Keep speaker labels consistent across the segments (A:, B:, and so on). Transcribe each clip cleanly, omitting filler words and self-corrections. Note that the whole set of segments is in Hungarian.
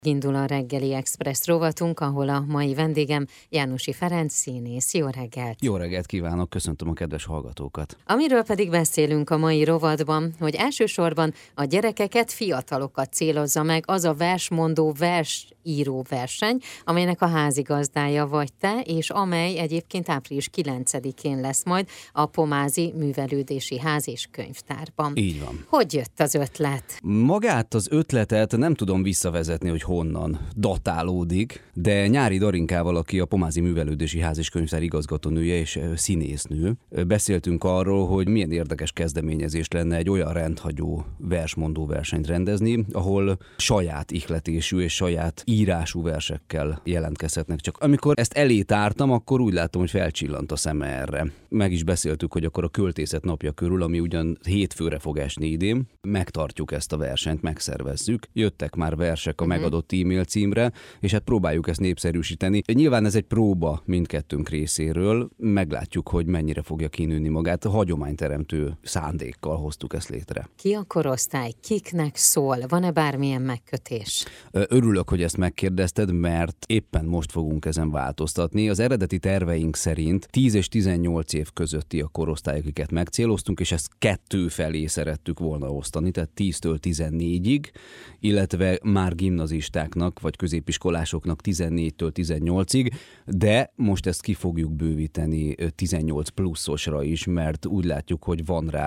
A: Indul a reggeli Express rovatunk, ahol a mai vendégem Jánosi Ferenc színész. Jó reggelt!
B: Jó reggelt kívánok, köszöntöm a kedves hallgatókat!
A: Amiről pedig beszélünk a mai rovatban, hogy elsősorban a gyerekeket, fiatalokat célozza meg az a versmondó versíró verseny, amelynek a házigazdája vagy te, és amely egyébként április 9-én lesz majd a Pomázi Művelődési Ház és Könyvtárban.
B: Így van.
A: Hogy jött az ötlet?
B: Magát az ötletet nem tudom visszavezetni, hogy honnan datálódik, de Nyári Darinkával, aki a Pomázi Művelődési Ház és Könyvtár igazgatónője és színésznő, beszéltünk arról, hogy milyen érdekes kezdeményezés lenne egy olyan rendhagyó versmondó versenyt rendezni, ahol saját ihletésű és saját írású versekkel jelentkezhetnek. Csak amikor ezt elé tártam, akkor úgy látom, hogy felcsillant a szeme erre. Meg is beszéltük, hogy akkor a Költészet napja körül, ami ugyan hétfőre fog esni idén, megtartjuk ezt a versenyt, megszervezzük. Jöttek már versek a megadott e-mail címre, és hát próbáljuk ezt népszerűsíteni. Nyilván ez egy próba mindkettőnk részéről, meglátjuk, hogy mennyire fogja kinőni magát. Hagyományteremtő szándékkal hoztuk ezt létre.
A: Ki a korosztály? Kiknek szól? Van-e bármilyen megkötés?
B: Örülök, hogy ezt megkérdezted, mert éppen most fogunk ezen változtatni. Az eredeti terveink szerint 10 és 18 év közötti a korosztály, akiket megcéloztunk, és ezt 2 felé szerettük volna osztani, tehát 10-től 14-ig, illetve már gimnazistáknak vagy középiskolásoknak 14-től 18-ig, de most ezt ki fogjuk bővíteni 18 pluszosra is, mert úgy látjuk, hogy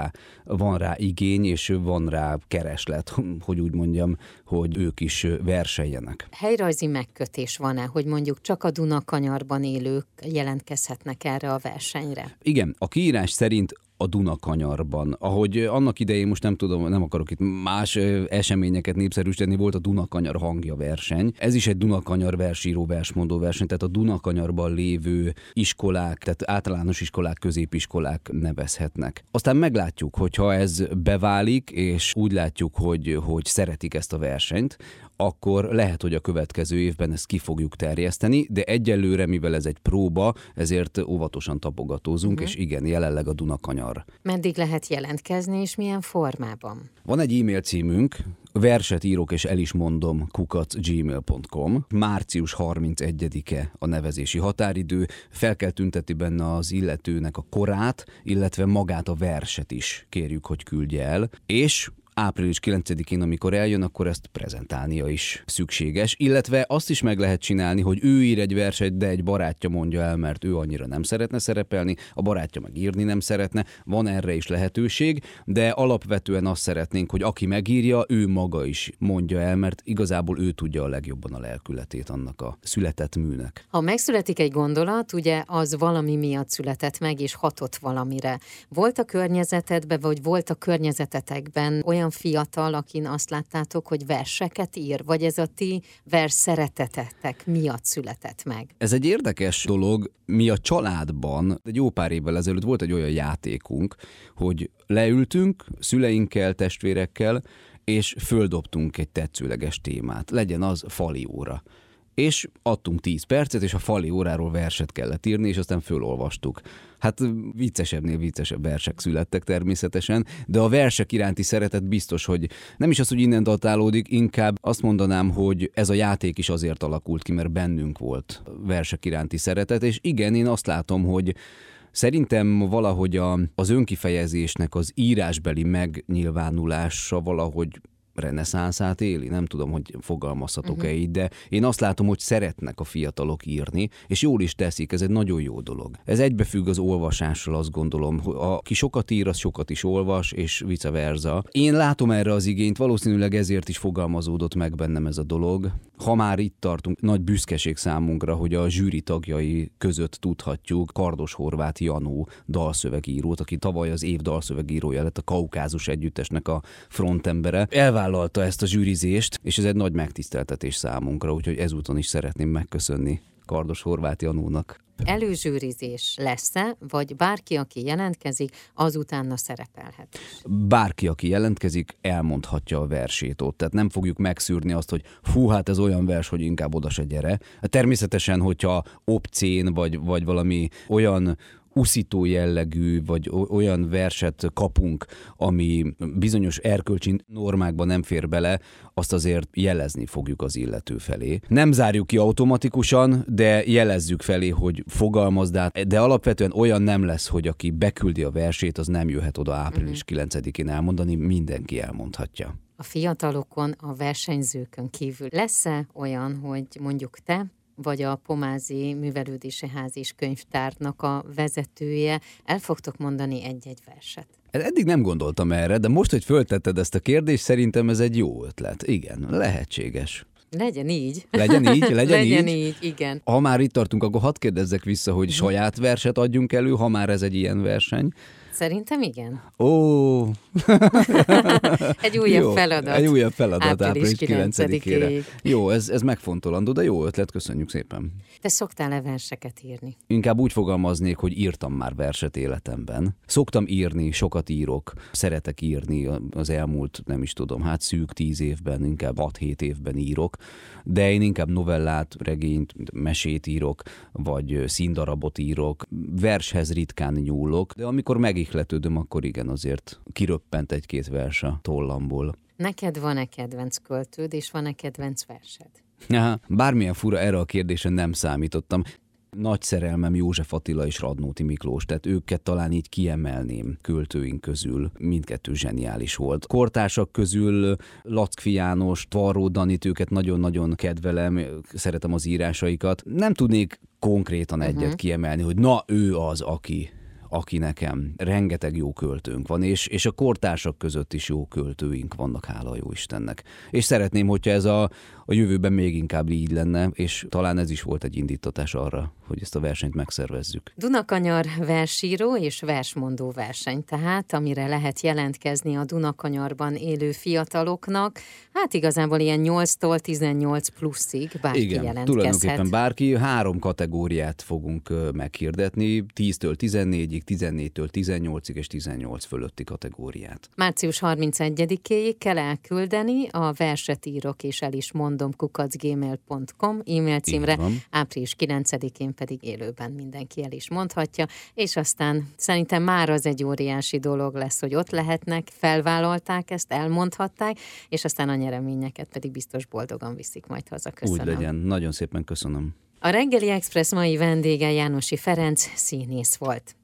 B: van rá igény, és van rá kereslet, hogy úgy mondjam, hogy ők is verseljenek.
A: Helyrajzi megkötés van-e, hogy mondjuk csak a Dunakanyarban élők jelentkezhetnek erre a versenyre?
B: Igen, a kiírás szerint a Dunakanyarban. Ahogy annak idején, most nem tudom, nem akarok itt más eseményeket népszerűsíteni, volt a Dunakanyar hangja verseny. Ez is egy Dunakanyar versíró versmondó verseny, tehát a Dunakanyarban lévő iskolák, tehát általános iskolák, középiskolák nevezhetnek. Aztán meglátjuk, hogyha ez beválik, és úgy látjuk, hogy szeretik ezt a versenyt, akkor lehet, hogy a következő évben ezt ki fogjuk terjeszteni, de egyelőre, mivel ez egy próba, ezért óvatosan tapogatózunk, és igen, jelenleg a Dunakanyar.
A: Meddig lehet jelentkezni, és milyen formában?
B: Van egy e-mail címünk, verset írok és el is mondom @gmail.com. Március 31-e a nevezési határidő. Fel kell tüntetni benne az illetőnek a korát, illetve magát a verset is kérjük, hogy küldje el, és április 9-én, amikor eljön, akkor ezt prezentálnia is szükséges, illetve azt is meg lehet csinálni, hogy ő ír egy verset, de egy barátja mondja el, mert ő annyira nem szeretne szerepelni, a barátja meg írni nem szeretne, van erre is lehetőség, de alapvetően azt szeretnénk, hogy aki megírja, ő maga is mondja el, mert igazából ő tudja a legjobban a lelkületét annak a született műnek.
A: Ha megszületik egy gondolat, ugye az valami miatt született meg, és hatott valamire. Volt a környezetedben, vagy volt a környezetetekben olyan fiatal, akin azt láttátok, hogy verseket ír, vagy ez a ti vers szeretetetek miatt született meg?
B: Ez egy érdekes dolog. Mi a családban egy jó pár évvel ezelőtt volt egy olyan játékunk, hogy leültünk szüleinkkel, testvérekkel, és földobtunk egy tetszőleges témát. Legyen az fali óra. És adtunk 10 percet, és a fali óráról verset kellett írni, és aztán fölolvastuk. Hát viccesebbnél viccesebb versek születtek természetesen, de a versek iránti szeretet biztos, hogy nem is az, hogy innen datálódik, inkább azt mondanám, hogy ez a játék is azért alakult ki, mert bennünk volt versek iránti szeretet, és igen, én azt látom, hogy szerintem valahogy az önkifejezésnek az írásbeli megnyilvánulása valahogy reneszánszát éli, nem tudom, hogy fogalmazhatok-e így, de én azt látom, hogy szeretnek a fiatalok írni, és jól is teszik, ez egy nagyon jó dolog. Ez egybefügg az olvasással, azt gondolom, hogy aki sokat ír, az sokat is olvas, és vice versa. Én látom erre az igényt, valószínűleg ezért is fogalmazódott meg bennem ez a dolog. Ha már itt tartunk, nagy büszkeség számunkra, hogy a zsűri tagjai között tudhatjuk Kardos Horváth Janó dalszövegírót, aki tavaly az év dalszövegírója lett, a Kaukázus együttesnek a frontembere. Elvállalta ezt a zsűrizést, és ez egy nagy megtiszteltetés számunkra, úgyhogy ezúton is szeretném megköszönni Kardos Horváth Janónak.
A: Előzsűrizés lesz-e, vagy bárki, aki jelentkezik, azutána szerepelhet?
B: Bárki, aki jelentkezik, elmondhatja a versét ott. Tehát nem fogjuk megszűrni azt, hogy fú, hát ez olyan vers, hogy inkább oda se gyere. Természetesen, hogyha obszén, vagy valami olyan uszító jellegű, vagy olyan verset kapunk, ami bizonyos erkölcsi normákban nem fér bele, azt azért jelezni fogjuk az illető felé. Nem zárjuk ki automatikusan, de jelezzük felé, hogy fogalmazd át, de alapvetően olyan nem lesz, hogy aki beküldi a versét, az nem jöhet oda április 9-én elmondani, mindenki elmondhatja.
A: A fiatalokon, a versenyzőkön kívül lesz-e olyan, hogy mondjuk te, vagy a Pomázi Művelődési Ház és Könyvtárnak a vezetője, el fogtok mondani egy-egy verset?
B: Eddig nem gondoltam erre, de most, hogy föltetted ezt a kérdést, szerintem ez egy jó ötlet. Igen, lehetséges.
A: Legyen így.
B: Legyen így?
A: Legyen így, igen.
B: Ha már itt tartunk, akkor hadd kérdezzek vissza, hogy saját verset adjunk elő, ha már ez egy ilyen verseny.
A: Szerintem igen.
B: Ó!
A: Egy újabb feladat.
B: Egy újabb feladat
A: április
B: 9-ére. Jó, ez megfontolandó, de jó ötlet, köszönjük szépen.
A: Te szoktál-e verseket írni?
B: Inkább úgy fogalmaznék, hogy írtam már verset életemben. Szoktam írni, sokat írok, szeretek írni az elmúlt, nem is tudom, szűk 10 évben, inkább 6-7 évben írok, de én inkább novellát, regényt, mesét írok, vagy színdarabot írok, vershez ritkán nyúlok, de amikor megihletődöm, akkor igen, azért kiröppent egy-két vers a tollamból.
A: Neked van-e kedvenc költőd, és van-e kedvenc versed?
B: Bármilyen fura, erre a kérdésre nem számítottam. Nagy szerelmem József Attila és Radnóti Miklós, tehát őket talán így kiemelném költőink közül. Mindkettő zseniális volt. Kortársak közül Lackfi János, Varró Danit, őket nagyon-nagyon kedvelem, szeretem az írásaikat. Nem tudnék konkrétan egyet kiemelni, hogy na ő az, aki nekem. Rengeteg jó költőnk van, és a kortársak között is jó költőink vannak, hála jó Istennek. És szeretném, hogyha ez a jövőben még inkább így lenne, és talán ez is volt egy indítatás arra, hogy ezt a versenyt megszervezzük.
A: Dunakanyar versíró és versmondó verseny, tehát amire lehet jelentkezni a Dunakanyarban élő fiataloknak, igazából ilyen 8-tól 18 pluszig bárki jelentkezhet. Igen,
B: tulajdonképpen bárki. 3 kategóriát fogunk meghirdetni, 10-től 14-ig, 14-től 18-ig és 18 fölötti kategóriát.
A: Március 31-éig kell elküldeni a verset írok és el is mondom @gmail.com e-mail címre, április 9-én pedig élőben mindenki el is mondhatja, és aztán szerintem már az egy óriási dolog lesz, hogy ott lehetnek, felvállalták ezt, elmondhatták, és aztán a nyereményeket pedig biztos boldogan viszik majd haza. Köszönöm.
B: Úgy legyen, nagyon szépen köszönöm.
A: A Reggeli Express mai vendége Jánosi Ferenc színész volt.